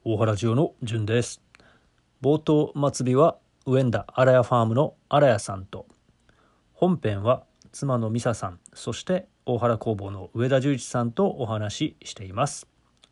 大原ジオのじゅんです。冒頭末尾は上田荒谷ファームの荒谷さんと、本編は妻の美沙さん、そして大原工房の上田十一さんとお話ししています。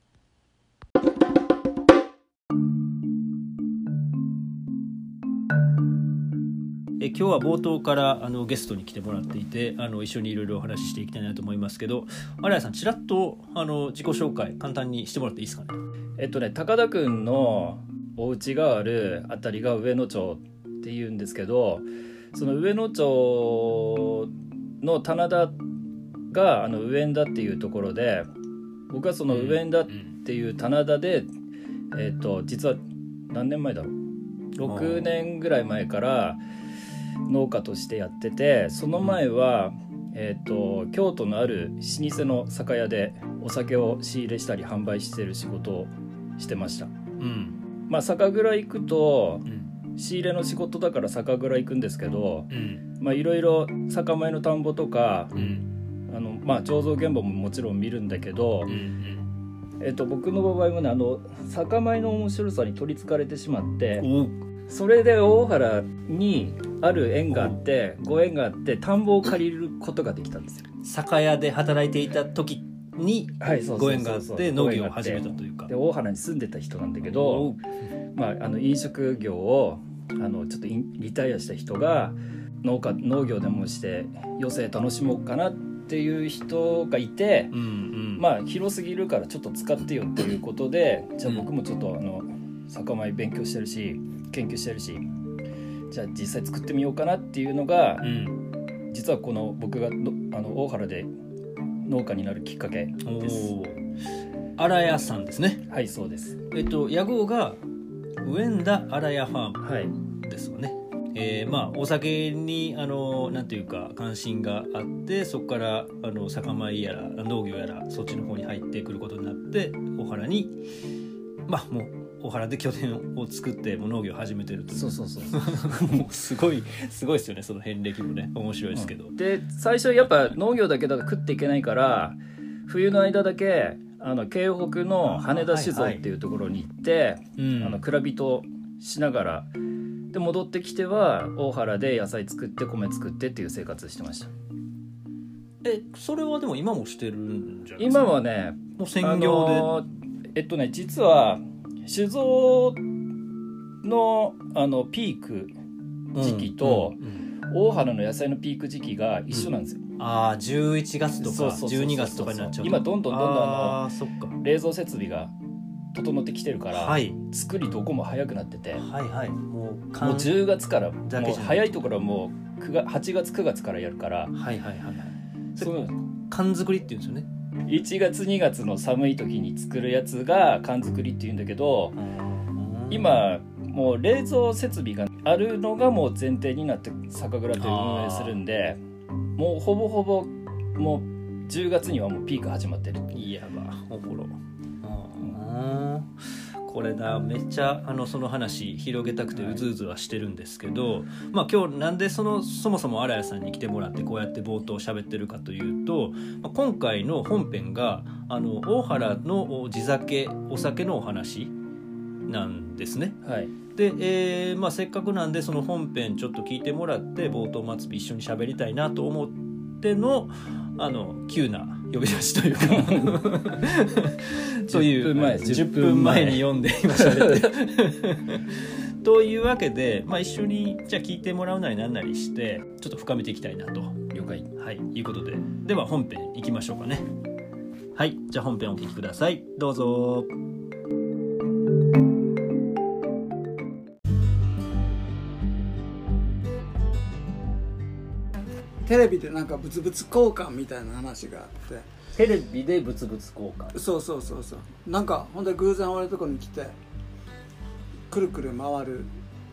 今日は冒頭からゲストに来てもらっていて、一緒にいろいろお話ししていきたいなと思いますけど、荒谷さんちらっと自己紹介簡単にしてもらっていいですかね。 高田くんのお家があるあたりが上野町っていうんですけど、その上野町の棚田が上田っていうところで、僕はその上田っていう棚田で、実は何年前だろう、6年ぐらい前から農家としてやってて、その前は、京都のある老舗の酒屋でお酒を仕入れしたり販売してる仕事をしてました。酒蔵行くと、仕入れの仕事だから酒蔵行くんですけど、いろいろ酒米の田んぼとか、醸造現場ももちろん見るんだけど、僕の場合もね、酒米の面白さに取りつかれてしまって、それで大原にある縁があって、ご縁があって田んぼを借りることができたんですよ。 酒屋で働いていた時にご縁があって農業を始めたというか、 で大原に住んでた人なんだけど、飲食業をちょっとリタイアした人が農業でもして余生楽しもうかなっていう人がいて、広すぎるからちょっと使ってよっていうことで、じゃあ僕もちょっと酒米勉強してるし研究してるし、じゃあ実際作ってみようかなっていうのが、実はこの僕が大原で農家になるきっかけです。 荒谷さんですね。 はい、そうです。 屋号が上田荒谷ファームですよね。お酒になんていうか関心があって、そこから酒米やら農業やらそっちの方に入ってくることになって、大原にもう大原で拠点を作ってもう農業を始めてるという。そうもうすごいですよね、その遍歴もね。面白いですけど、 で最初やっぱ農業だけだと食っていけないから、冬の間だけ京北の羽田酒造っていうところに行って、蔵人しながらで戻ってきては大原で野菜作って米作ってっていう生活してました。 それはでも今もしてるんじゃないですか。 今はね、 もう専業で実は酒造のピーク時期と、大原の野菜のピーク時期が一緒なんですよ。 11月とか12月とかになっちゃうと、 今どんどん冷蔵設備が整ってきてるから、作りどこも早くなってて、もう10月からもう早いところはもう8月9月からやるから、 缶作りっていうんですよね。 1月2月の寒い時に作るやつが缶作りっていうんだけど、今もう冷蔵設備があるのがもう前提になって酒蔵という運営するんで、もうほぼほぼもう10月にはもうピーク始まってる。 いやおもろ。これだ、めっちゃその話広げたくてうずうずはしてるんですけど、今日なんでそもそも荒谷さんに来てもらってこうやって冒頭喋ってるかというと、今回の本編が大原の地酒お酒のお話なんですね。で、せっかくなんでその本編ちょっと聞いてもらって冒頭末尾一緒に喋りたいなと思っての急な呼び出しというかという10分前に読んで今喋ってというわけで、一緒にじゃあ聞いてもらうなりなんなりしてちょっと深めていきたいなと。 了解。 いうことで、では本編いきましょうかね。じゃあ本編お聞きください。どうぞ。 テレビでなんか物々交換みたいな話があって、 テレビで物々交換。 そうなんかほんで偶然俺のとこに来てくるくる回る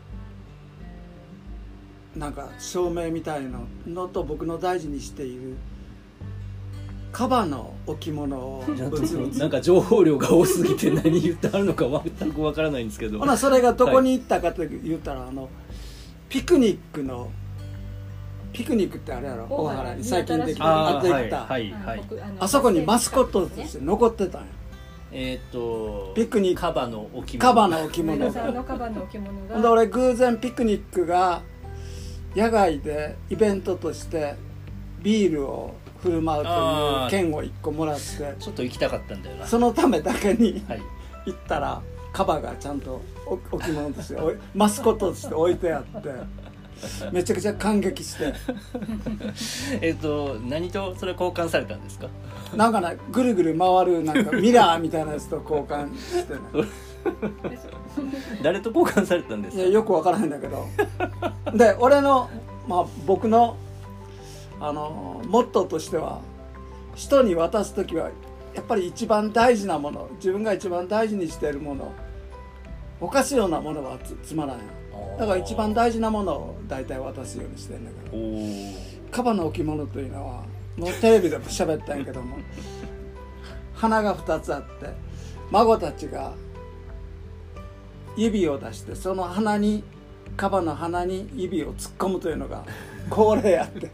なんか照明みたいなのと、僕の大事にしているカバの置物をなんか情報量が多すぎて何言ってあるのか全くわからないんですけど、 それがどこに行ったかと言ったら、ピクニックってあれやろ、大原に最近できたあそこにマスコットとして残ってたんや。 ピクニックカバの置物。 カバの置上物野さんのカバの置物でが俺偶然ピクニックが野外でイベントとしてビールを振る舞うという券を1個もらってちょっと行きたかったんだよな。 そのためだけにはい。 行ったらカバがちゃんと置物としてマスコットとして置いてあってめちゃくちゃ感激して何とそれ交換されたんですか？ なんかねぐるぐる回るなんかミラーみたいなやつと交換してね誰と交換されたんですか？ いやよく分からへんだけどで俺の、僕のモットーとしては人に渡す時はやっぱり一番大事なもの自分が一番大事にしているものおかしいようなものはつまらないだから一番大事なものを大体渡すようにしてるんだけどカバの置物というのはもうテレビでも喋ったんやけども鼻が2つあって孫たちが指を出してその鼻にカバの鼻に指を突っ込むというのが恒例やって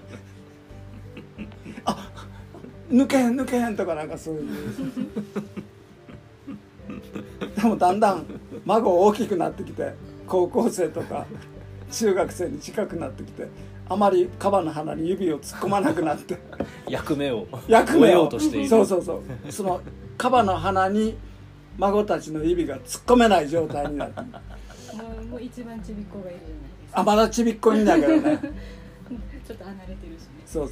あ抜けへん抜けへんとかなんかそういうでもだんだん孫大きくなってきて高校生とか中学生に近くなってきてあまりカバの鼻に指を突っ込まなくなって役目を終えようとしている。 そうそのカバの鼻に孫たちの指が突っ込めない状態になってもう一番ちびっ子がいるじゃないですか。 あまだちびっこいんだけどねちょっと離れてるしね。 そう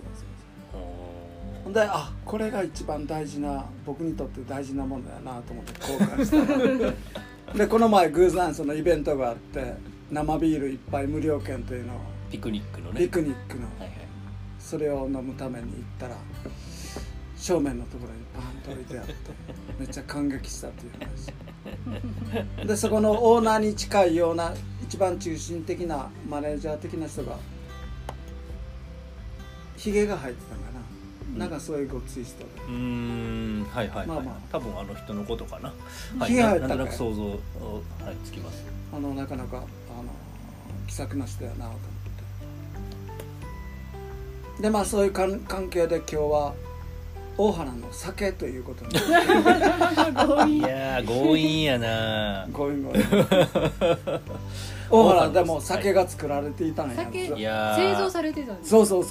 ほんでこれが一番大事な僕にとって大事なものだなと思って交換したでこの前偶然そのイベントがあって生ビール一杯無料券というのをピクニックのね。 ピクニックのはいはい。 それを飲むために行ったら正面のところにパンと置いてあってめっちゃ感激したっていう話でそこのオーナーに近いような一番中心的なマネージャー的な人がヒゲが生えてたんかな、なんかそういうごっつい人ではいはいはい。 まあ多分あの人のことかな。 気が入ったかいなんとなく想像つきます。 なかなか気さくな人やなと思ってでそういう関係で今日は大原の酒ということにいや強引やな。 ごめん大原でも酒が作られていたんや酒いや製造されてたんですそうそう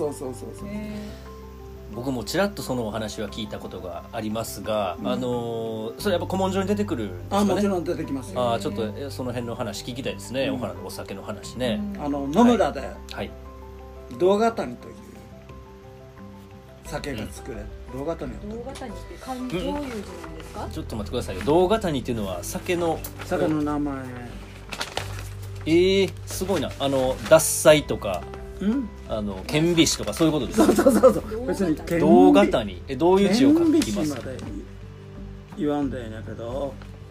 僕もちらっとそのお話は聞いたことがありますが、それやっぱ古文書に出てくるんですかね。 もちろん出てきますよちょっとその辺の話聞きたいですね、大原のお酒の話ね。 野村ではい胴ヶ谷という酒が作れる、胴ヶ谷胴ヶ谷ってどういう字なんですか？ ちょっと待ってくださいよ。胴ヶ谷っていうのは酒の名前すごいな。獺祭とか顕微師とかそういうことですか？ そう別に胴ヶ谷どういう字を書きます？ まで言わんでんやけど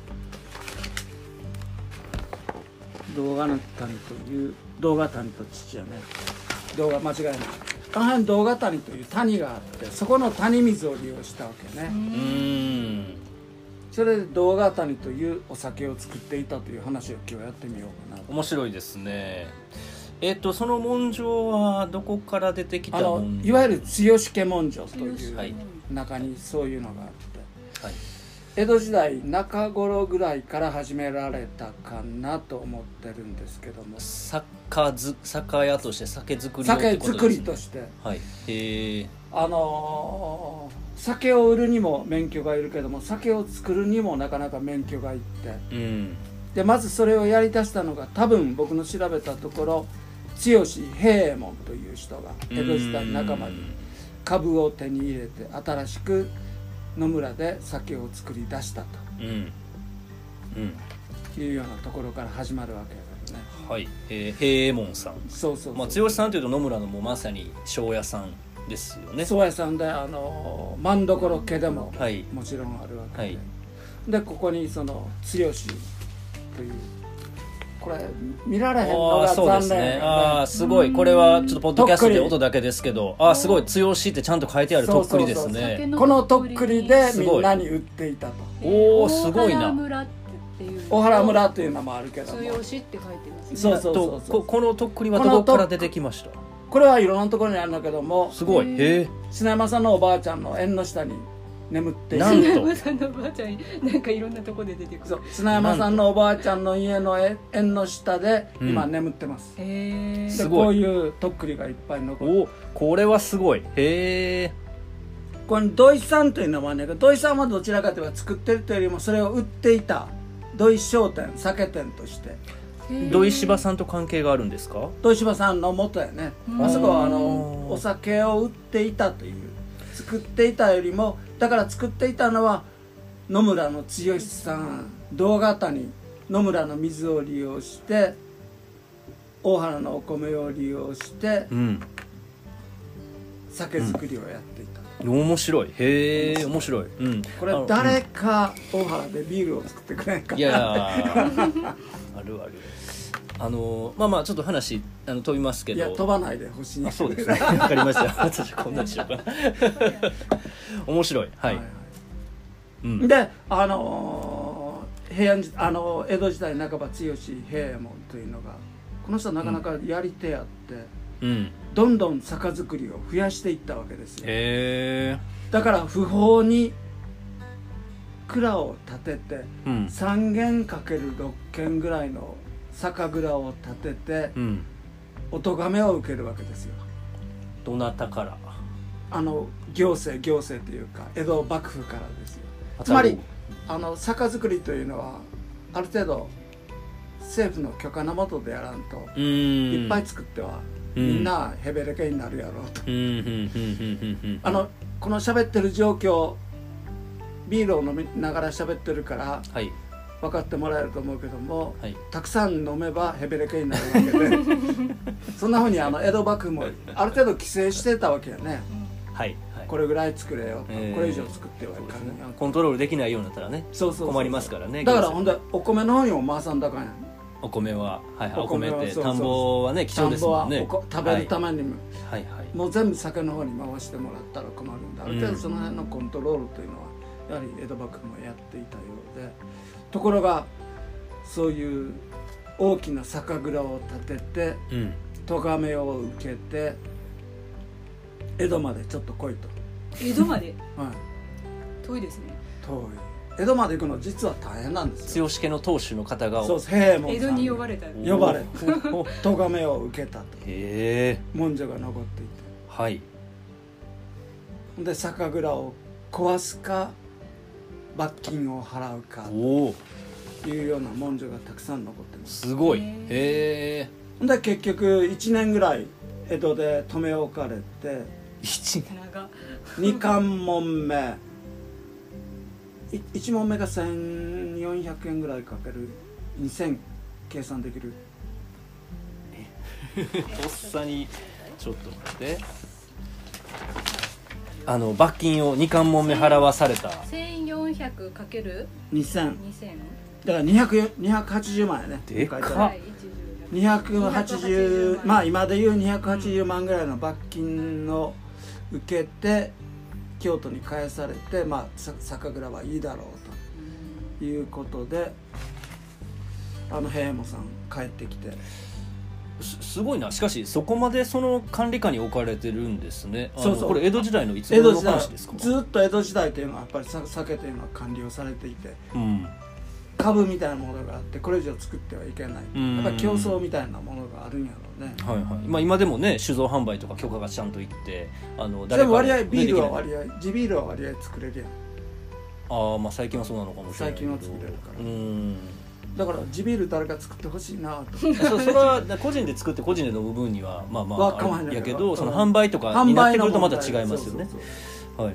胴ヶ谷という胴ヶ谷と父やね胴が間違いないこの辺胴ヶ谷という谷があってそこの谷水を利用したわけねそれで胴ヶ谷というお酒を作っていたという話を今日やってみようかな。 面白いですね。その文書はどこから出てきたもん？ いわゆる剛家文書という中にそういうのがあって、江戸時代中頃ぐらいから始められたかなと思ってるんですけども、 酒屋として酒造りを酒造りとして、酒を売るにも免許がいるけども酒を作るにもなかなか免許がいって、でまずそれをやりだしたのが多分僕の調べたところ剛平右衛門という人が江戸時代仲間に株を手に入れて新しく野村で酒を作り出したというようなところから始まるわけだよね。 はい、平右衛門さん。 そう剛さんというと野村のもうまさに庄屋さんですよね。 庄屋さんで万所家でももちろんあるわけで、でここにその剛というこれ見られへんのが残念、 すごいこれはちょっとポッドキャストで音だけですけどすごい剛ってちゃんと書いてあるとっくりですね。 このとっくりでみんなに売っていたと。 すごいな。 大原村っていうのもあるけども剛って書いてますね。 そうこのとっくりはどこから出てきました？ これはいろんなところにあるんだけどもすごい。 砂山さんのおばあちゃんの縁の下に眠っていなんと砂山さんのおばあちゃんなんかいろんなとこで出てくる。 そう砂山さんのおばあちゃんの家の縁の下で今眠ってます、 へですごいこういうとっくりがいっぱい残る。 お、これはすごい。へえ。 これ土井さんというのはね、土井さんはどちらかというと作ってるというよりもそれを売っていた土井商店、酒店として。 土井柴さんと関係があるんですか？ 土井柴さんの元やね、あそこはお酒を売っていたという、作っていたよりも、だから作っていたのは野村の剛さん、同型に野村の水を利用して大原のお米を利用して酒造りをやっていた。 面白い。へえ、面白い。 これ誰か大原でビールを作ってくれんかな。 いやあるある。まあちょっと話飛びますけど。 いや飛ばないでほしい。 あ、そうですね。わかりました。私こんなんしようかな。面白い。はい。 で平安江戸時代半ば剛平右衛門というのがこの人はなかなかやり手やって、どんどん酒造りを増やしていったわけですよ。 へー。 だから不法に蔵を建てて、3軒かける6軒ぐらいの酒蔵を建てて、お咎めを受けるわけですよ。 どなたから？ 行政というか江戸幕府からですよ。つまり酒造りというのはある程度政府の許可の下でやらんといっぱい作ってはみんなヘベレケになるやろうと。この喋ってる状況、ビールを飲みながら喋ってるから、はい、分かってもらえると思うけども、はい、たくさん飲めばヘベレケになるわけでそんなふうに江戸幕府もある程度規制してたわけやね。はいはい、これぐらい作れよと、これ以上作ってはいかん、 コントロールできないようになったらね、困りますからね。 だからほんでお米の方にも回さんだかんやん。 お米は、はいはい、お米って田んぼはね貴重ですもんね。 食べるためにも、 はいはい、 もう全部酒の方に回してもらったら困るんで、ある程度その辺のコントロールというのはやはり江戸幕府もやっていたようで、ところがそういう大きな酒蔵を建てて咎めを受けて江戸までちょっと来いと。 江戸まで、 はい、 遠いですね。 遠い。江戸まで行くの実は大変なんですよ。 剛家の当主の方がそう平右衛門さん江戸に呼ばれた。 呼ばれ咎めを受けたと。 へえ。 文書が残っていて、 はい。 で酒蔵を壊すか罰金を払うかというような文書がたくさん残ってます。 すごい。へえ。 で結局1年ぐらい江戸で留め置かれて、 1年 2関門目、1問目が1400円ぐらいかける2000計算できる。 とっさにちょっと待って、罰金を2関門目払わされた 1400 かける 2000だから280万やね。 でかっ。 280、まあ今でいう280万ぐらいの罰金を受けて京都に返されて、まあ酒蔵はいいだろうということで、平右衛門さん帰ってきて、 すごいな。しかしそこまでその管理下に置かれてるんですね。 そうそう、 これ江戸時代のいつ頃の話ですか？ ずっと江戸時代というのはやっぱり酒というのは管理をされていて、株みたいなものがあって、これ以上作ってはいけない、やっぱり競争みたいなものがあるんやろうね。はいはい。 まあ、今でもね酒造販売とか許可がちゃんといってでも割合ビールは割合地ビールは割合作れるやん。 まあ最近はそうなのかもしれないけど、 最近は作れるから、だから地ビール誰か作ってほしいなとそれは個人で作って個人で飲む分にはまあまああれやけど、その販売とかになってくるとまた違いますよね。はいはい。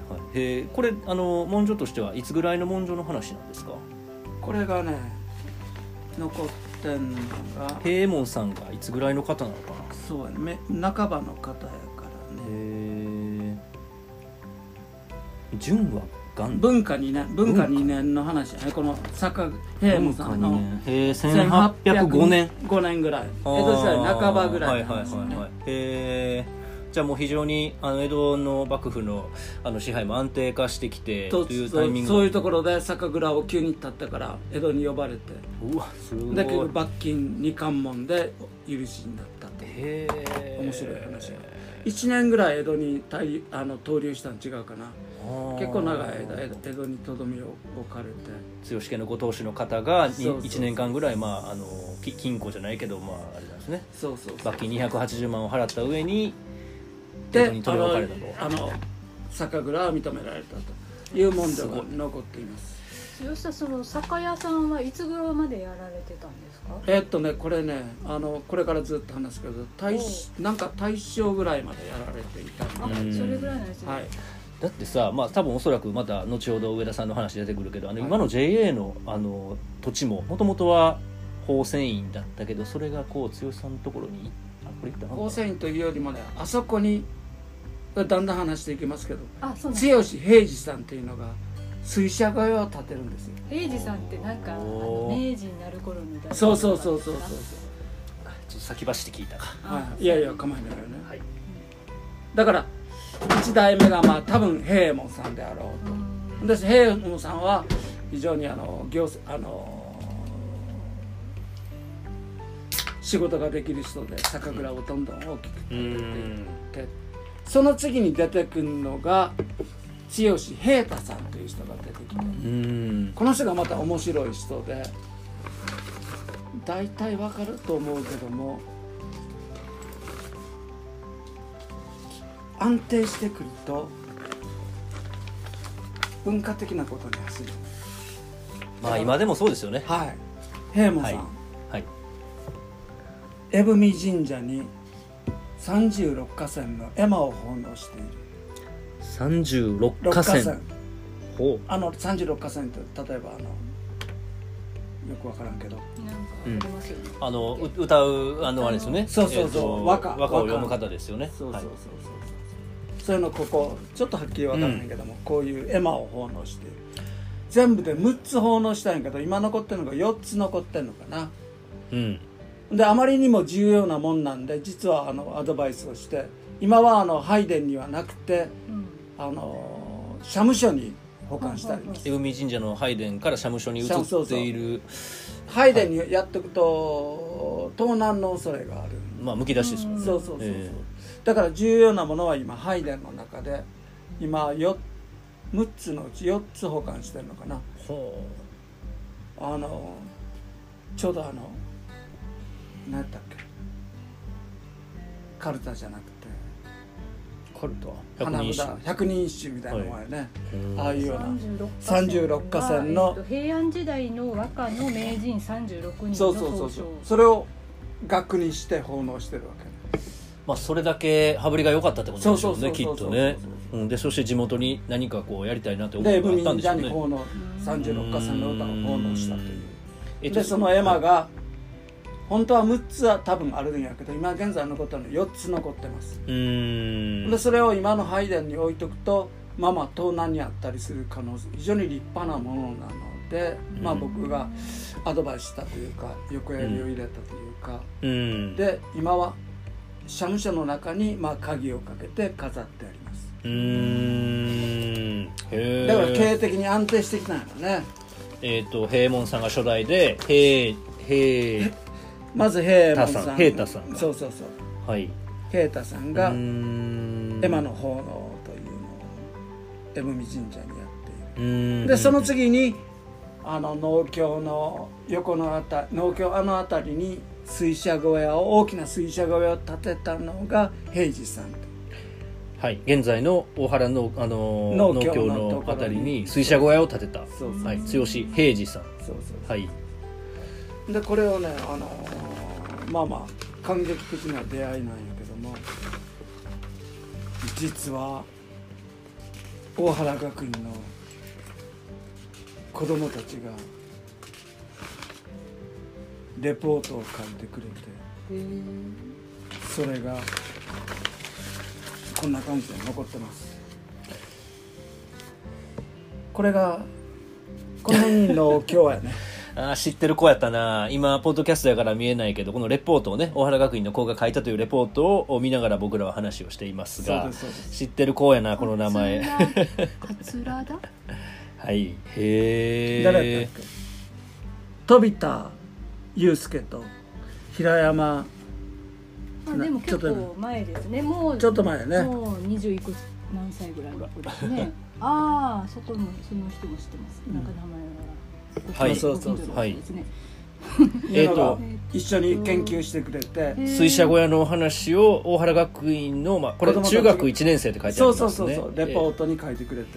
これ文書としてはいつぐらいの文書の話なんですか？これがね残ってんのが平右衛門さんがいつぐらいの方なのかな。 そうやね、半ばの方やからね。 純は文化2年の話やね。この平右衛門さんの 1805年 5年ぐらい、江戸時代半ばぐらいなんですよね。 じゃあもう非常に江戸の幕府の支配も安定化してきてというタイミング、 そういうところで酒蔵を急に建ったから江戸に呼ばれて、 うわすごい。 だけど罰金2関門で許しになったと。面白い話。1年ぐらい江戸に逗留したん違うかな。 結構長い間江戸にとどめを置かれて、 剛家のご当主の方がそうそうそう 1年間ぐらい、金庫じゃないけど、あれなんですね、 そうそうそう罰金280万を払った上にで江戸に取り置かれたと。 酒蔵は認められたという文書が残っています。 吉田その酒屋さんはいつ頃までやられてたんですか？ これねこれからずっと話すけどなんか大正ぐらいまでやられていたあ、 みたいそれぐらいなんですね。 はい、 だってさ、多分おそらくまた後ほど上田さんの話出てくるけど、今の JA の土地ももともとは宝泉院だったけど、それがこう剛さんのところにこれ言ったの宝泉院というよりもね、あそこにだんだん話していきますけど、 あ、そうなん剛平治さんっていうのが水車小屋を建てるんですよ。 平治さんってなんか明治になる頃にだそうそうそう。 ちょっと先走って聞いたか。 はい、いやいや構いないよね。 はい、 だから1代目が多分平右衛門さんであろうと。で平右衛門さんは非常に仕事ができる人で酒蔵をどんどん大きく建てていって、その次に出てくるのが剛平太さんという人が出てきて、この人がまた面白い人で、大体わかると思うけども、安定してくると文化的なことに走る。 今でもそうですよね。 はい、平門さん、 はい、 江踏神社に36河川の絵馬を奉納している。 36河川。ほう。 36河川って例えばよくわからんけど、 なんかありますよね。 歌うあれですよね。 そうそうそう和歌を読む方ですよね。 そうそうそうそう。そういうのここちょっとはっきりわからないけども、こういう絵馬を奉納している。全部で6つ奉納したんやけど、今残ってるのが4つ残ってるのかな。であまりにも重要なもんなんで、実はアドバイスをして、今は拝殿にはなくて、社務所に保管してあります。 江踏神社の拝殿から社務所に移っている。 拝殿にやっておくと盗難の恐れがある。 むき出しですもんね。 そうそうそうそう。だから重要なものは今拝殿の中で今6つのうち4つ保管してるのかな。ちょうど何やったっけ、カルタじゃなくてカルタ花札百人一首みたいなのがね、ああいうような36河川の平安時代の和歌の名人36人のそうそれを額にして奉納してるわけ。 それだけ羽振りが良かったってことでしょうね、きっとね。でそして地元に何かこうやりたいなって思うのがあったんでしょうね。で海神社に奉納36河川の歌を奉納したという。でその絵馬が本当は6つは多分あるんやけど、今現在残ったの4つ残ってます。でそれを今の拝殿に置いとくと盗難にあったりする可能性、非常に立派なものなので、僕がアドバイスしたというか横やりを入れたというか、で今は社務所の中に鍵をかけて飾ってあります。だから経営的に安定してきたんやろね。平門さんが初代でまず平門さん、 平太さんが、 そう、はい、平太さんが絵馬の奉納というのを江踏神社にやっている。でその次に農協の横の農協辺りに水車小屋を大きな水車小屋を建てたのが平治さん。 はい、現在の大原の農協のあたりに水車小屋を建てた、はい、剛平治さん。はい。 でこれをね感激的な出会いなんやけども、実は大原学院の子供たちがレポートを書いてくれて、それがこんな感じで残ってます。これがこの辺の今日やね知ってる子やったな。今ポッドキャストやから見えないけど、このレポートをね、大原学院の子が書いたというレポートを見ながら僕らは話をしていますが、知ってる子やな、この名前。 桂田はい。へ誰だっけ、飛田祐介と平山、 でも結構前ですね。もうちょっと前ね。 もう20いくつ何歳ぐらいの子ですねああそこもその人も知ってます、なんか名前ははいそうそうそうはいですね一緒に研究してくれて、 水車小屋の話を大原学院の、これ中学1年生って書いてありますね。 そうレポートに書いてくれて、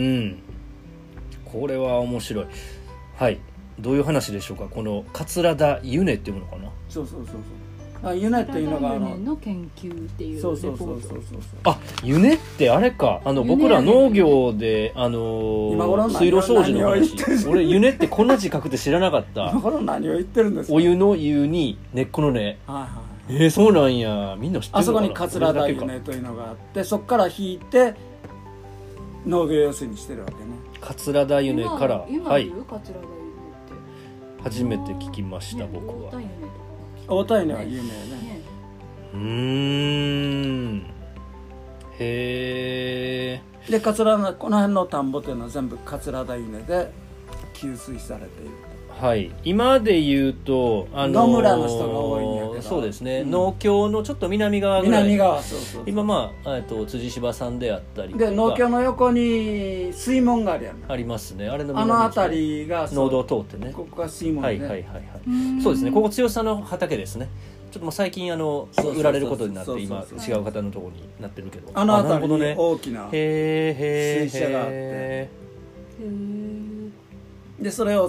これは面白い。はい、どういう話でしょうか。この桂田ゆねっていうのかな。 そうゆねっていうのが桂田ゆねの研究っていうレポートあ、ゆねってあれか、僕ら農業で水路掃除の話、俺ゆねってこんな字書くって知らなかった今頃何を言ってるんですか。 お湯の湯に根っこの根、そうなんや、みんな知ってるのかな。 あそこに桂田ゆねというのがあって、そこから引いて農業用水にしてるわけね。 桂田ゆねから今いる桂田ゆねって初めて聞きました、僕は。 大田ゆねは有名ね。 へえ。 でこの辺の田んぼというのは全部桂田ゆねで給水されている。 はい、今で言うと野村の人が多いんやけど、 そうですね、農協のちょっと南側ぐらい、 南側、そう今辻芝さんであったりとかで、農協の横に水門があるやん、 ありますね。あれのあの辺りが農道を通ってね、 ここが水門で、 そうですね。ここ剛さんの畑ですね。ちょっともう最近売られることになって今違う方のところになってるけど、 あの辺りに大きな水車があって、でそれを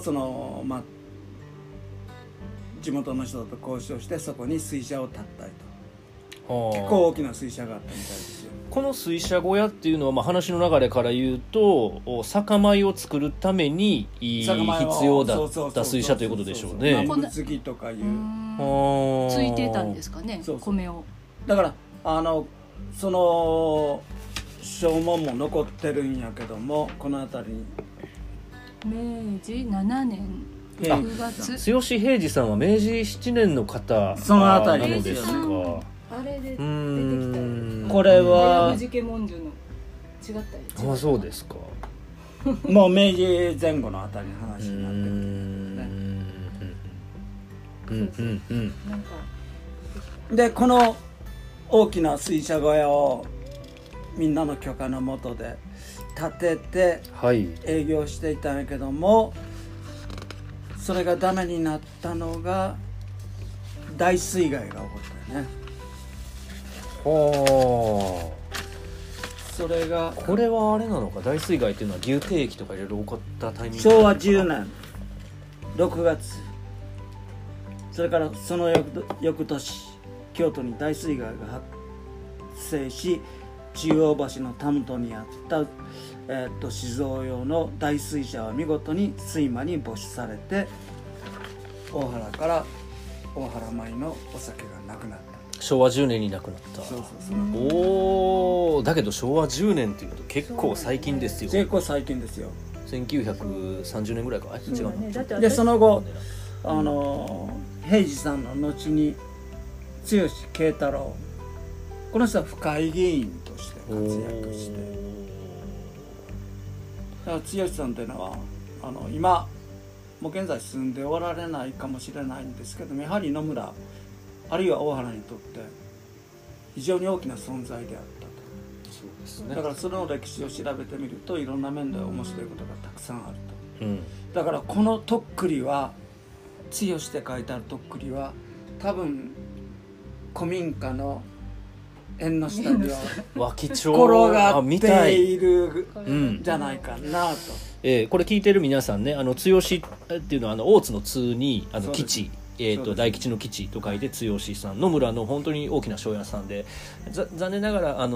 地元の人と交渉してそこに水車を建ったりと、結構大きな水車があったみたいですよ。 この水車小屋っていうのは、話の流れから言うと酒米を作るために必要だった水車ということでしょうね。 南部継ぎとかいうついてたんですかね、米を。 だからその証文も残ってるんやけども、この辺りに明治7年9月、 剛平次さんは明治7年の方その辺りなのですか。 あれで出てきたよ。 これは藤家文殊の違ったり。 あ、そうですか。 もう明治前後のあたりの話になってくるんですね。でこの大きな水車小屋をみんなの許可の下で建てて営業していたんやけども、それがダメになったのが大水害が起こったよね。それがこれはあれなのか、大水害っていうのは牛蹄疫とかいろいろ起こったタイミング、 昭和10年6月、それからその翌年京都に大水害が発生し、中央橋のたもとにあった酒造用の大水車は見事に睡魔に没されて、大原から大原米のお酒がなくなった。 昭和10年になくなった。おお、だけど昭和10年っていうと結構最近ですよ。 結構最近ですよ。 1930年ぐらいか。違うの。 でその後平次さんの後に剛慶太郎、この人は府会議員として活躍して、だから剛さんというのは今もう現在住んでおられないかもしれないんですけども、やはり野村あるいは大原にとって非常に大きな存在であったと。 そうですね。 だからその歴史を調べてみるといろんな面で面白いことがたくさんあると、だからこのとっくりは剛って書いてあるとっくりは多分古民家の縁の下には脇町転がっているんじゃないかなと。 これ聞いてる皆さんね、剛っていうのは大津の津に基地、大吉の基地と書いて剛さん、野村の本当に大きな庄屋さんで、残念ながら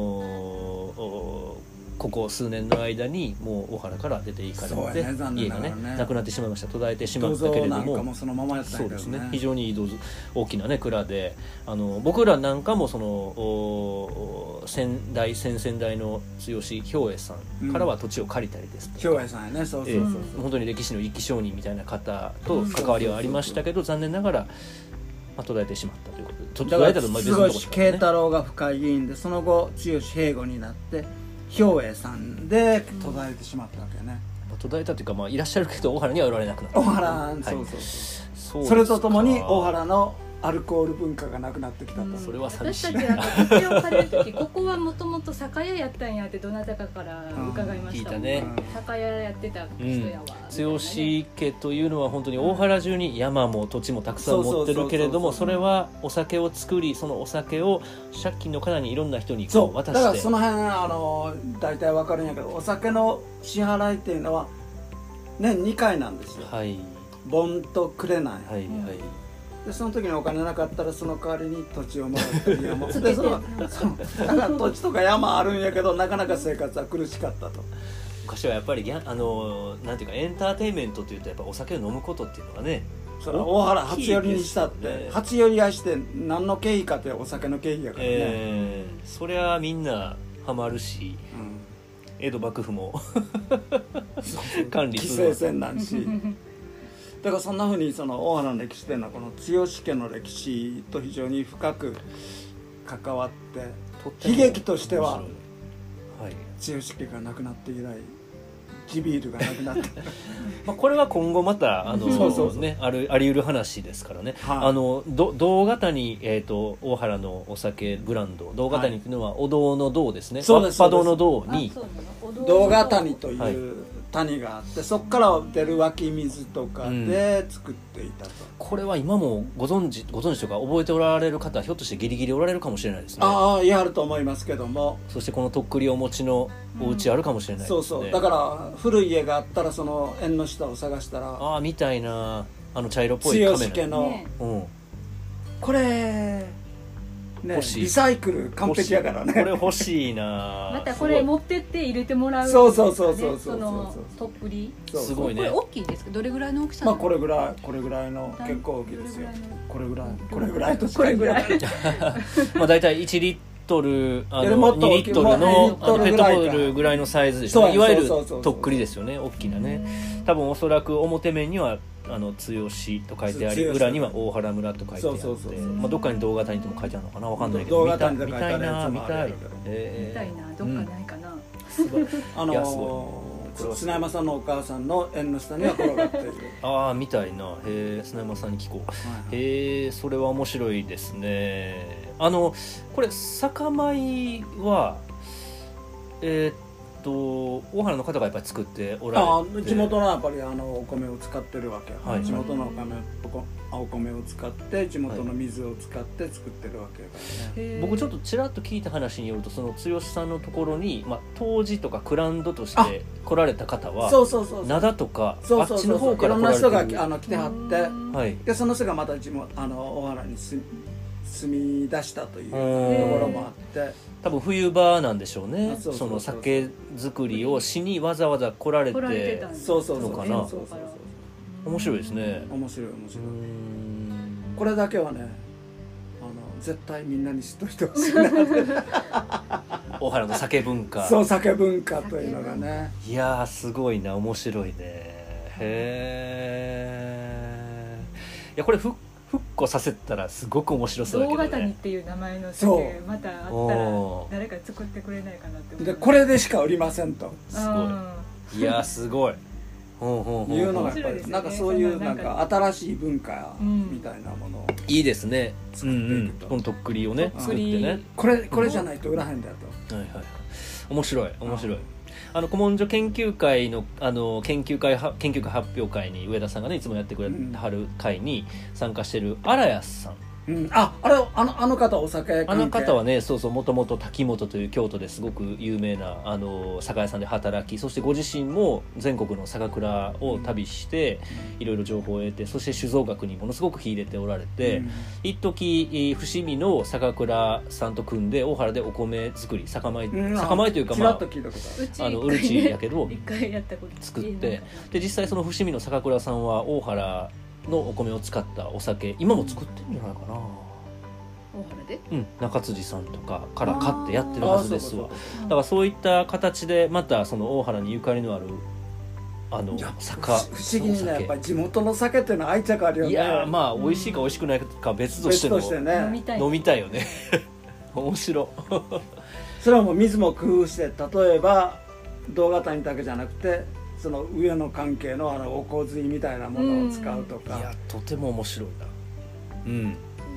ここ数年の間にもう大原から出ていかれて、家がねなくなってしまいました。途絶えてしまったけれども、そうですね、非常に大きなね蔵で、僕らなんかもその先々代の剛兵衛さんからは土地を借りたりですとか、 兵衛さんやね、そう本当に歴史の一気商人みたいな方と関わりはありましたけど、残念ながら途絶えてしまったということで、 だから剛慶太郎が府会議員で、その後剛平吾になって兵衛さんで途絶えてしまったわけね。 途絶えたというか、いらっしゃるけど大原にはおられなくなった。 大原、そうそれとともに大原のアルコール文化がなくなってきたと、 それは寂しい私たちが土地を借りる時ここはもともと酒屋やったんやってどなたかから伺いましたもん、 聞いたね酒屋やってた人やわ、 剛家というのは本当に大原中に山も土地もたくさん持ってるけれども、それはお酒を作り、そのお酒を借金の方にいろんな人にこう渡して、 だからその辺大体わかるんやけど、お酒の支払いっていうのは年2回なんですよ、 はい盆とくれない、 はいはい、 でその時にお金なかったらその代わりに土地をもらったり山つけてそうだから土地とか山あるんやけどなかなか生活は苦しかったと。 昔はやっぱりなんていうかエンターテインメントというとやっぱお酒を飲むことっていうのがね、 それは大原初寄りにしたって、 大きいですよね初寄りやして何の経費かってお酒の経費やからね、 そりゃみんなハマるし、江戸幕府も管理規する制せんなんしだからそんなふうにその大原の歴史っていうのはこの剛家の歴史と非常に深く関わって悲劇としてははい剛家が亡くなって以来地ビールがなくなってまあこれは今後またそうそうね、あり得る話ですからね、 はい胴形に、大原のお酒ブランド胴形にっていうのはお堂の堂ですね、 そうですわっぱ堂の堂に胴ヶ谷という、 はい谷があってそこから出る湧き水とかで作っていたと、 これは今もご存知というか覚えておられる方はひょっとしてギリギリおられるかもしれないですね。 ああ言い張ると思いますけども、 そしてこのとっくりをお持ちのお家あるかもしれないですね、 そうそうだから古い家があったらその縁の下を探したらああみたいな茶色っぽいカメラ剛家の、 ねうん、 これね欲しいリサイクル完璧やからねこれ欲しいなまたこれ持ってって入れてもらう、 そうそうそうそうそうそのとっぷりそうすごいねこれ大きいですか？どれぐらいの大きさ？ まあこれぐらいの結構大きいですよこれぐらいとしかこれぐらいまあ大体1リットルもっと 2リットルものう2リットルペットぐらいかボトルぐらいのサイズでしょそういわゆるそうそうそうとっくりですよね、大きなね。多分おそらく表面には剛と書いてあり、 剛裏には大原村と書いてあって、 そうまあどっかに動画谷とも書いてあるのかな、わかんないけど、 動画谷で書いてあるやつ見もあるたいやろうけどみたいなどっかないかな、 あいやすご砂山さんのお母さんの縁の下には転がっているああみたいな、砂山さんに聞こう。へえ、それは面白いですね。これ酒米は大原の方がやっぱり作っておられて、 地元のやっぱりお米を使ってるわけやから、 はい地元のお米を使って地元の水を使って作ってるわけやからね、 僕ちょっとちらっと聞いた話によると、その剛さんのところに、まあ、杜氏とかクランドとして来られた方はそうそうそうそう灘とかそうあっちの方からいろんな人が来られてる来てはってはい、 でその人がまた大原に住み出したというとうんころもあって多分冬場なんでしょうね。 そうそうそうそうその酒造りをしにわざわざ来られ来られててたんですそうそうそうのかなそうそうそう面白いですね。 面白い面う白いんこれだけはね絶対みんなに知っといてほしいな大原の酒文化そう酒文化というのがねいやーすごいな、面白いね。へえ。いやこれ復古させたらすごく面白そうだけ大どね。 型にっていう名前のそう酒またあったらおー誰か作ってくれないかなって思でこれでしか売りませんとすごい。いやーすごい。ほうほうほうほういうのがやっぱり面白いですよねなんかそういうなんか新しい文化みたいなものをいいですね。 作っていくとこのとっくりをねとっ作ってくりね。 これじゃないと売らへんだよとはいはいはい。面白い面白い。古文書研究会の研究会発表会に上田さんがねいつもやってくれはる会に参加してる荒谷さん。 あの方お酒関係あの方はねそうそうもともと滝本という京都ですごく有名な酒屋さんで働き、そしてご自身も全国の酒蔵を旅していろいろ情報を得て、そして酒造学にものすごく秀でておられて、一時伏見の酒蔵さんと組んで大原でお米作り酒米というかちらっと聞いたことあるうるちやけど一回やったこと作ってで実際その伏見の酒蔵さんは大原のお米を使ったお酒今も作ってるんじゃないかな。 大原で中辻さんとかから買ってやってるはずですわ。 あだからそういった形でまたその大原にゆかりのある酒不思議にねやっぱり地元の酒っていうのは愛着あるよね。 いやーまあ美味しいか美味しくないか別としての別としてね飲みたい飲みたいよね面白それはもう水も工夫して例えば胴ヶ谷だけじゃなくてその上の関係のお香水みたいなものを使うとか、 いやとても面白いな。うん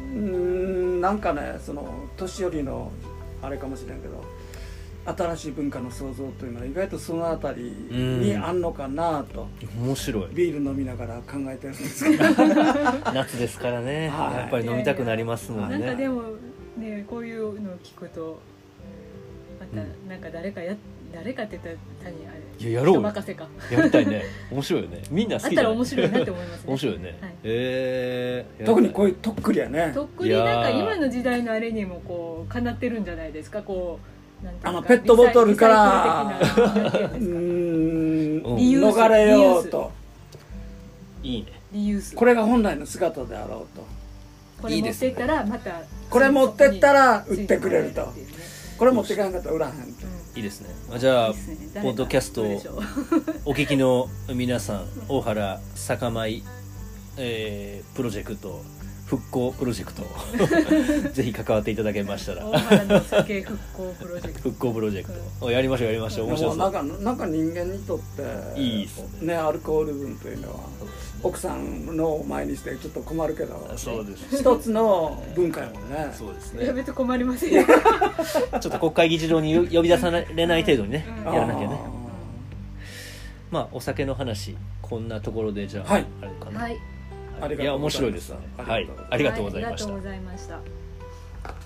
なんかねその年寄りのあれかもしれんけど新しい文化の創造というのは意外とそのあたりにあんのかなと面白い。 ビール飲みながら考えてるんですけど夏ですからね、 はいやっぱり飲みたくなりますもんなんかね。 でもねこういうのを聞くとまたなんか誰かって言ったら他人あれいややろうよ人任せかやりたいね。面白いよね。みんなあったら好きじゃない。 面白いなって思いますね面白いよね。 はい特にこういうとっくりやねとっくりなんか今の時代のあれにもこうかなってるんじゃないですか。こうなんていうかペットボトルからリサイクル的ななんていうんですかリユース逃れようといいね。 リユースこれが本来の姿であろうとこれ持ってったらまたこれ持ってったら売ってくれるとついてもらえっていうねこれ持っていかなかったら売らへんといいですね。じゃあいいですね誰かポッドキャストをどうでしょうお聞きの皆さん、大原酒米、プロジェクト復興プロジェクトぜひ関わっていただけましたら大原の酒復興プロジェクト復興プロジェクトやりましょう面白そう。 なんか人間にとっていいっすねアルコール分というのは奥さんのを前にしてちょっと困るけどそうです一つの文化やもんねそうですやね。 めて困りませんよちょっと国会議事堂に呼び出されない程度にね、 うんやらなきゃね。まあお酒の話こんなところでじゃあ、 はいあれかな、 はいありがとうございましたいや面白いですね。はい、ありがとうございました。 ありがとうございました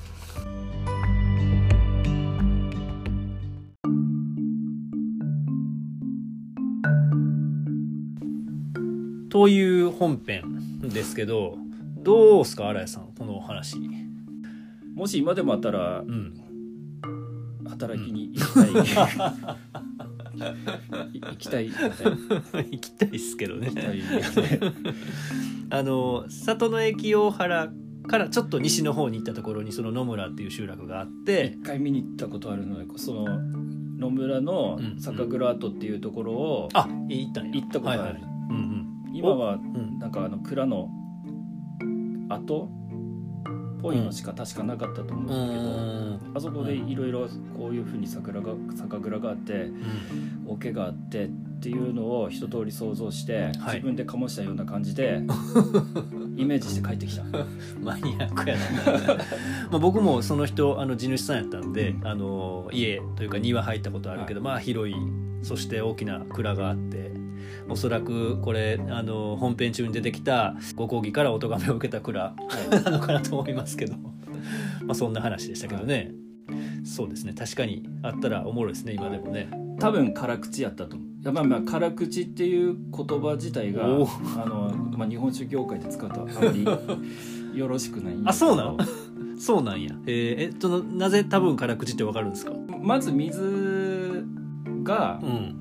という本編ですけど、どうすか新井さんこのお話。 もし今でもあったらうん。 働きに行きたい、行きたい、 行きたいですけどね行きたい里の駅大原からちょっと西の方に行ったところにその野村っていう集落があって一回見に行ったことあるので、その野村の酒蔵跡っていうところを行ったんや。 行ったことある、 はいはい、うん今はんなんか蔵の跡っぽいのしか確かなかったと思うんだけど、あそこでいろいろこういうふうに酒蔵があって桶があってっていうのを一通り想像してはい自分で醸したような感じでイメージして帰ってきた。 マニアックやなまあ僕もその人地主さんやったんで、家というか庭入ったことあるけど、まあ広い、そして大きな蔵があって、おそらくこれ本編中に出てきたご公儀からお咎めを受けた蔵なのかなと思いますけどまあそんな話でしたけどね、そうですね、確かにあったらおもろいですね今でもね。 多分辛口やったと思う。いやまあ辛口っていう言葉自体がお日本酒業界で使うとあまりよろしくないんだけどあ、そうなのそうなんや。なぜ多分辛口ってわかるんですか？ まず水が、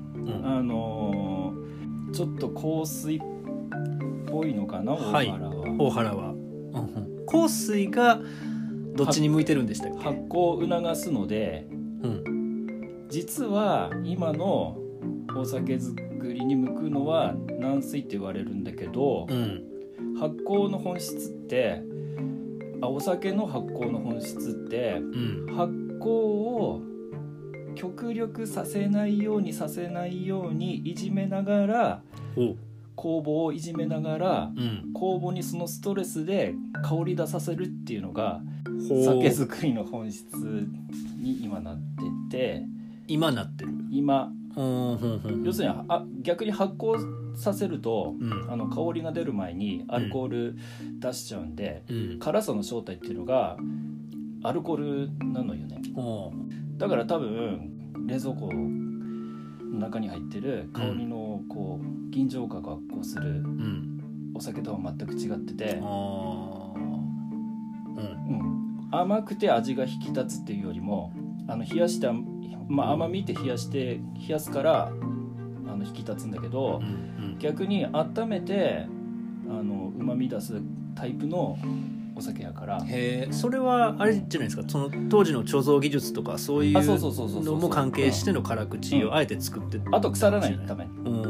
ちょっと香水っぽいのかな、 はい、 大原は。 大原は、香水がどっちに向いてるんでしたっけ？ 発酵を促すので、実は今のお酒作りに向くのは軟水って言われるんだけど、発酵の本質ってお酒の発酵の本質って、発酵を極力させないようにいじめながら、酵母をいじめながら、酵母にそのストレスで香り出させるっていうのが酒造りの本質に今なってて、 今なってる要するに逆に発酵させると、香りが出る前にアルコール出しちゃうんで、辛さの正体っていうのがアルコールなのよね。だから多分冷蔵庫の中に入ってる香りのこう吟醸化がこうするお酒とは全く違ってて、甘くて味が引き立つっていうよりも冷やした、甘みって冷やすから引き立つんだけど、逆に温めて旨味出すタイプのお酒やから。 へえ、それはあれじゃないですか、その当時の貯蔵技術とかそういうのも関係しての辛口をあえて作って、 あと腐らないために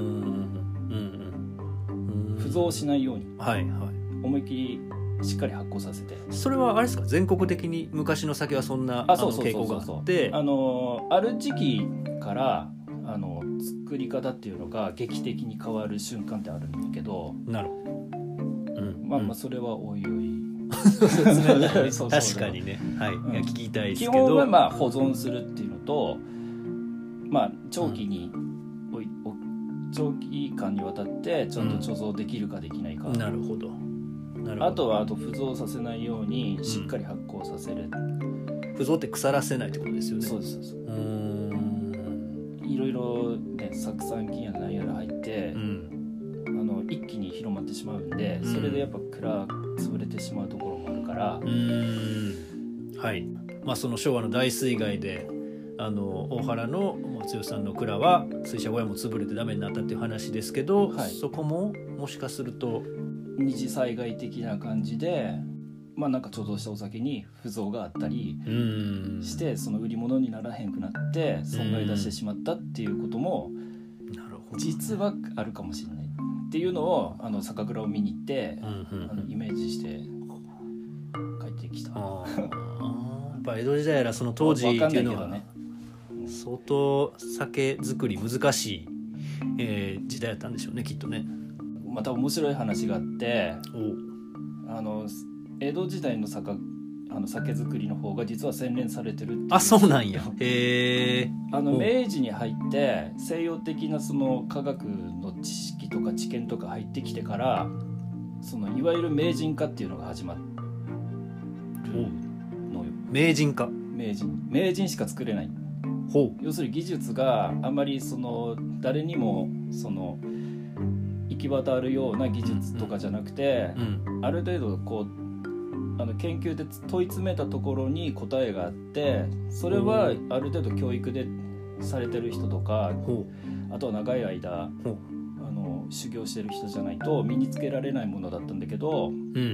腐造しないように、思いっきりしっかり発酵させて。 それはあれですか、全国的に昔の酒はそんな傾向があって、 ある時期から作り方っていうのが劇的に変わる瞬間ってあるんだけど、 なるほど、 まあそれはおいおいそう確かにね、はい、いや聞きたいですけ基ど、 本はまあ保存するっていうのと、まあ、長期間にわたってちゃんと貯蔵できるかできないか、 なるほど、なるほど。 あとは浮蔵させないようにしっかり発酵させる、 浮蔵って腐らせないってことですよね。 そうです、そうです。いろいろね酢酸菌や何やら入って、一気に広まってしまうんで、それでやっぱ蔵潰れてしまうところもあるから、 はい、まあ、その昭和の大水害で大原の剛さんの蔵は水車小屋も潰れてダメになったっていう話ですけど、 はい、 そこももしかすると二次災害的な感じで、まあ、なんか貯蔵したお酒に浮蔵があったりして、その売り物にならへんくなって損害出してしまったっていうことも実はあるかもしれないっていうのを酒蔵を見に行って、イメージして帰ってきた。 やっぱ江戸時代やらその当時っていうのは相当酒造り難しい、時代だったんでしょうね、きっとね。 また面白い話があって、江戸時代の酒造りの方が実は洗練されてるっていう。 あ、そうなんや。へー。明治に入って西洋的なその科学の知識とか知見とか入ってきてから、そのいわゆる名人化っていうのが始まるのよ。 名人化。 名人しか作れない。要するに技術があまりその誰にもその行き渡るような技術とかじゃなくて、ある程度こう研究で問い詰めたところに答えがあって、それはある程度教育でされてる人とか、あとは長い間修行してる人じゃないと身につけられないものだったんだけど、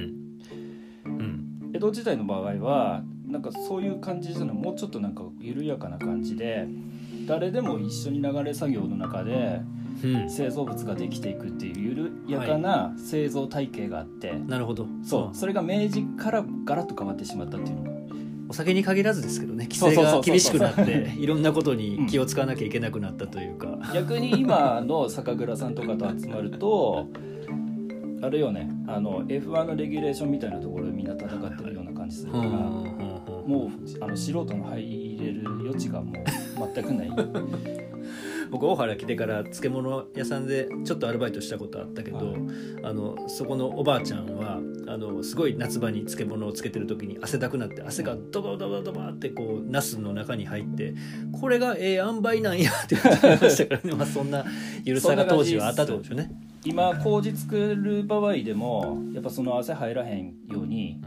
江戸時代の場合はなんかそういう感じじゃない、もうちょっとなんか緩やかな感じで、誰でも一緒に流れ作業の中で製造物ができていくっていう緩やかな製造体系があって、 なるほど。 それが明治からガラッと変わってしまったっていうのが、 お酒に限らずですけどね、規制が厳しくなっていろんなことに気を使わなきゃいけなくなったというか、 逆に今の酒蔵さんとかと集まるとあれよね、F1 のレギュレーションみたいなところでみんな戦ってるような感じするから、もう素人の入れる余地がもう全くない僕大原来てから漬物屋さんでちょっとアルバイトしたことあったけど、そこのおばあちゃんはすごい夏場に漬物をつけてる時に汗だくなって、汗がドバドバドバってこうナスの中に入って、これが塩梅なんやって言ってましたからね。まあそんな緩さが当時はあったってことですよね。 今麹作る場合でもやっぱその汗入らへんように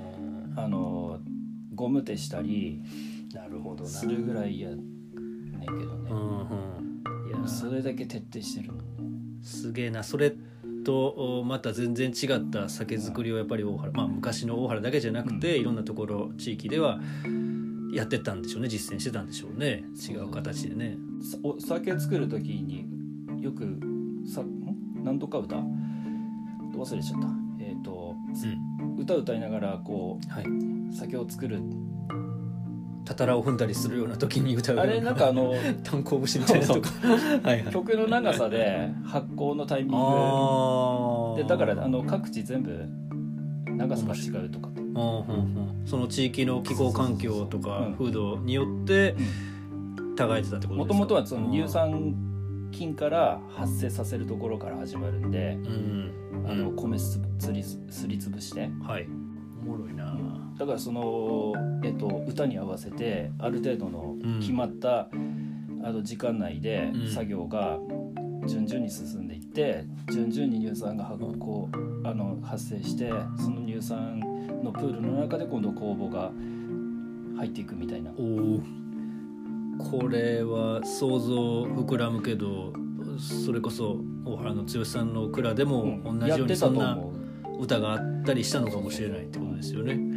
ゴム手したりするぐらいやねんけどね。いやそれだけ徹底してるのね。 すげえな。それとまた全然違った酒造りをやっぱり大原、まあ昔の大原だけじゃなくて、いろんなところ地域ではやってたんでしょうね、実践してたんでしょうね、違う形でね。 お酒作る時によくなんとか歌忘れちゃった、歌歌いながらこう、酒を作るたたらを踏んだりするような時に歌う、 あれなんか炭鉱節みたいなとか曲の長さで発酵のタイミングで、だから各地全部長さが違うとか、 その地域の気候環境とか風土によって違えてたってことですか。 もともとはその乳酸菌から発生させるところから始まるんで、米すりつぶして、 おもろいな。 だからその、歌に合わせてある程度の決まった、時間内で作業が順々に進んでいって、順々に乳酸が発生して、その乳酸のプールの中で今度酵母が入っていくみたいな。 これは想像膨らむけど、それこそ大原の剛さんの蔵でも同じようにそんな歌があったりしたのかもしれないってことですよね。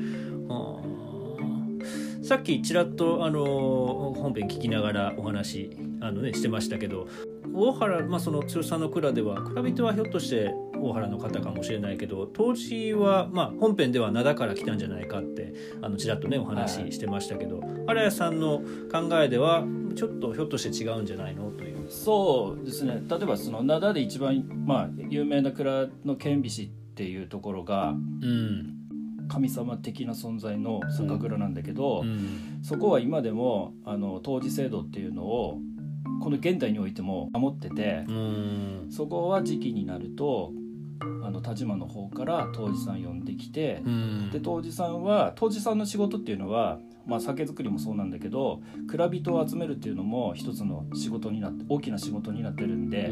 さっきちらっと本編聞きながらお話してましたけど、大原、その剛さんの蔵では蔵人はひょっとして大原の方かもしれないけど、当時は、本編では灘から来たんじゃないかってちらっとねお話ししてましたけど、荒谷さんの考えではちょっとひょっとして違うんじゃないのという。 そうですね。例えばその灘で一番、有名な蔵の顕微師っていうところが、 神様的な存在の酒蔵なんだけど、そこは今でも当時制度っていうのをこの現代においても守ってて、そこは時期になると田島の方から杜氏さん呼んできて、で杜氏さんの仕事っていうのは、酒造りもそうなんだけど蔵人を集めるっていうのも一つの仕事になって大きな仕事になってるんで、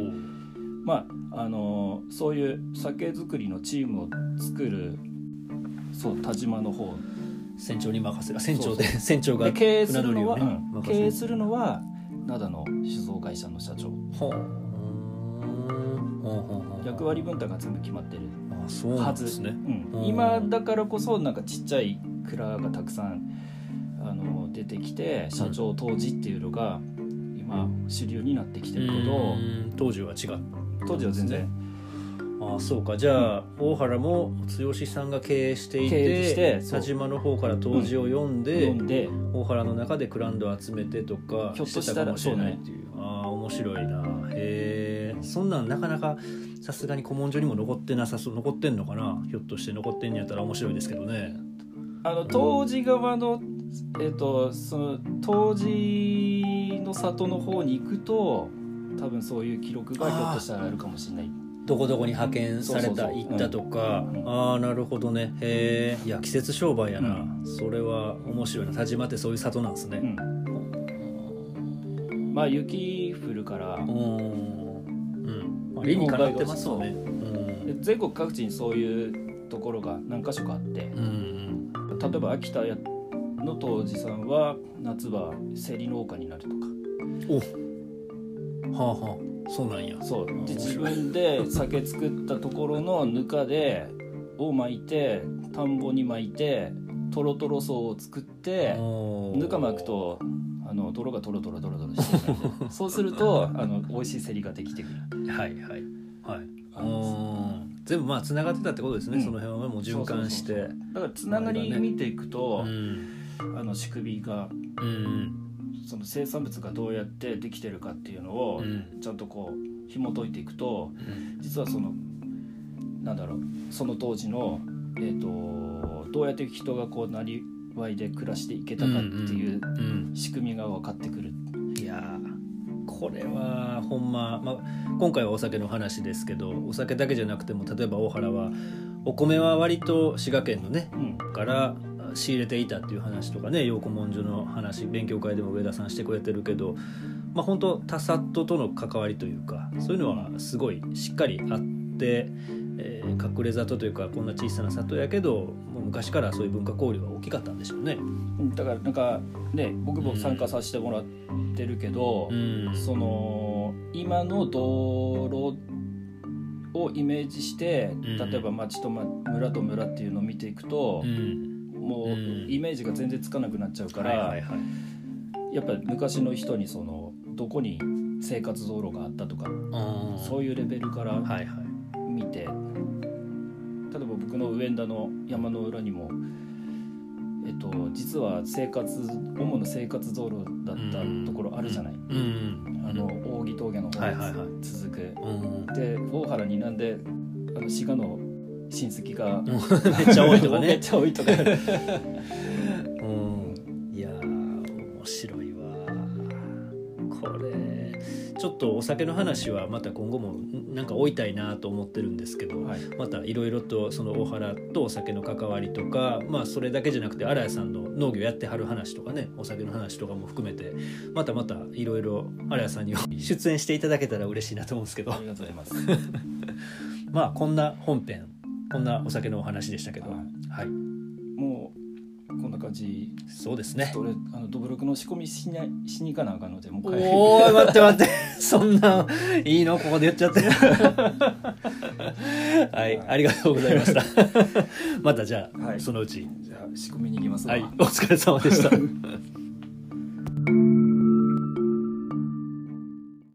そういう酒造りのチームを作る田島の方船長に任せる船長で船長がで経営するのは、 経営するのは灘の酒造会社の社長。役割分担が全部決まってるはずですね。今だからこそなんかちっちゃい蔵がたくさん出てきて社長杜氏っていうのが今主流になってきてるけど、 当時は違う。 当時は全然。 そうか。じゃあ大原も剛さんが経営していて田島の方から杜氏を呼んで、大原の中でクラウドを集めてとかひょっとしたらかもしれないっていう。面白いな。そんなんなかなかさすがに古文書にも残ってなさそう。残ってんのかな。ひょっとして残ってんやったら面白いですけどね。 杜氏側のその杜氏の里の方に行くと多分そういう記録がひょっとしたらあるかもしれない。 どこどこに派遣された行ったとか、なるほどね。いや季節商売やな、それは面白いな。田島ってそういう里なんですね。 雪降るから理にかなってますよね。 全国各地にそういうところが何か所かあって、例えば秋田の杜氏さんは夏はセリ農家になるとか。 そうなんや。 で自分で酒作ったところのぬかを巻いて田んぼに巻いてトロトロ層を作ってぬか巻くと泥がトロトロしてるんでそうすると美味しいセリができてくる。 全部つながってたってことですね。その辺はもう循環して。 だからつながり見ていくと、仕組みが、その生産物がどうやってできてるかっていうのをちゃんとこう紐解いていくと、実はその当時のどうやって人がこうなりわいで暮らしていけたかっていう仕組みが分かってくる。 いやこれはほんま、今回はお酒の話ですけど、お酒だけじゃなくても例えば大原はお米は割と滋賀県のね、から仕入れていたっていう話とかね、陽古文書の話勉強会でも上田さんしてくれてるけど、本当他里との関わりというかそういうのはすごいしっかりあって、隠れ里というかこんな小さな里やけどもう昔からそういう文化交流が大きかったんでしょうね。 だからなんかね、僕も参加させてもらってるけど、その今の道路をイメージして、例えば町と村と村っていうのを見ていくと、もうイメージが全然つかなくなっちゃうから、やっぱり昔の人にそのどこに生活道路があったとか、そういうレベルから見て、例えば僕の上田の山の裏にも、実は主な生活道路だったところあるじゃない、扇峠の方に続く、で大原になんで滋賀の親戚がめっちゃ多いとかねめっちゃ多いとかいや面白いわ。これちょっとお酒の話はまた今後もなんか追いたいなと思ってるんですけど、またいろいろとその大原とお酒の関わりとか、それだけじゃなくて荒谷さんの農業やってはる話とかね、お酒の話とかも含めてまたいろいろ荒谷さんに出演していただけたら嬉しいなと思うんですけどありがとうございますこんな本編、こんなお酒のお話でしたけど、 もうこんな感じ。 そうですね。 ドブロクの仕込みしに行かなあかんので、もう帰る。 おーい待ってそんないいのここで言っちゃってありがとうございましたまたじゃあ、そのうちじゃあ仕込みに行きますわ。 お疲れ様でした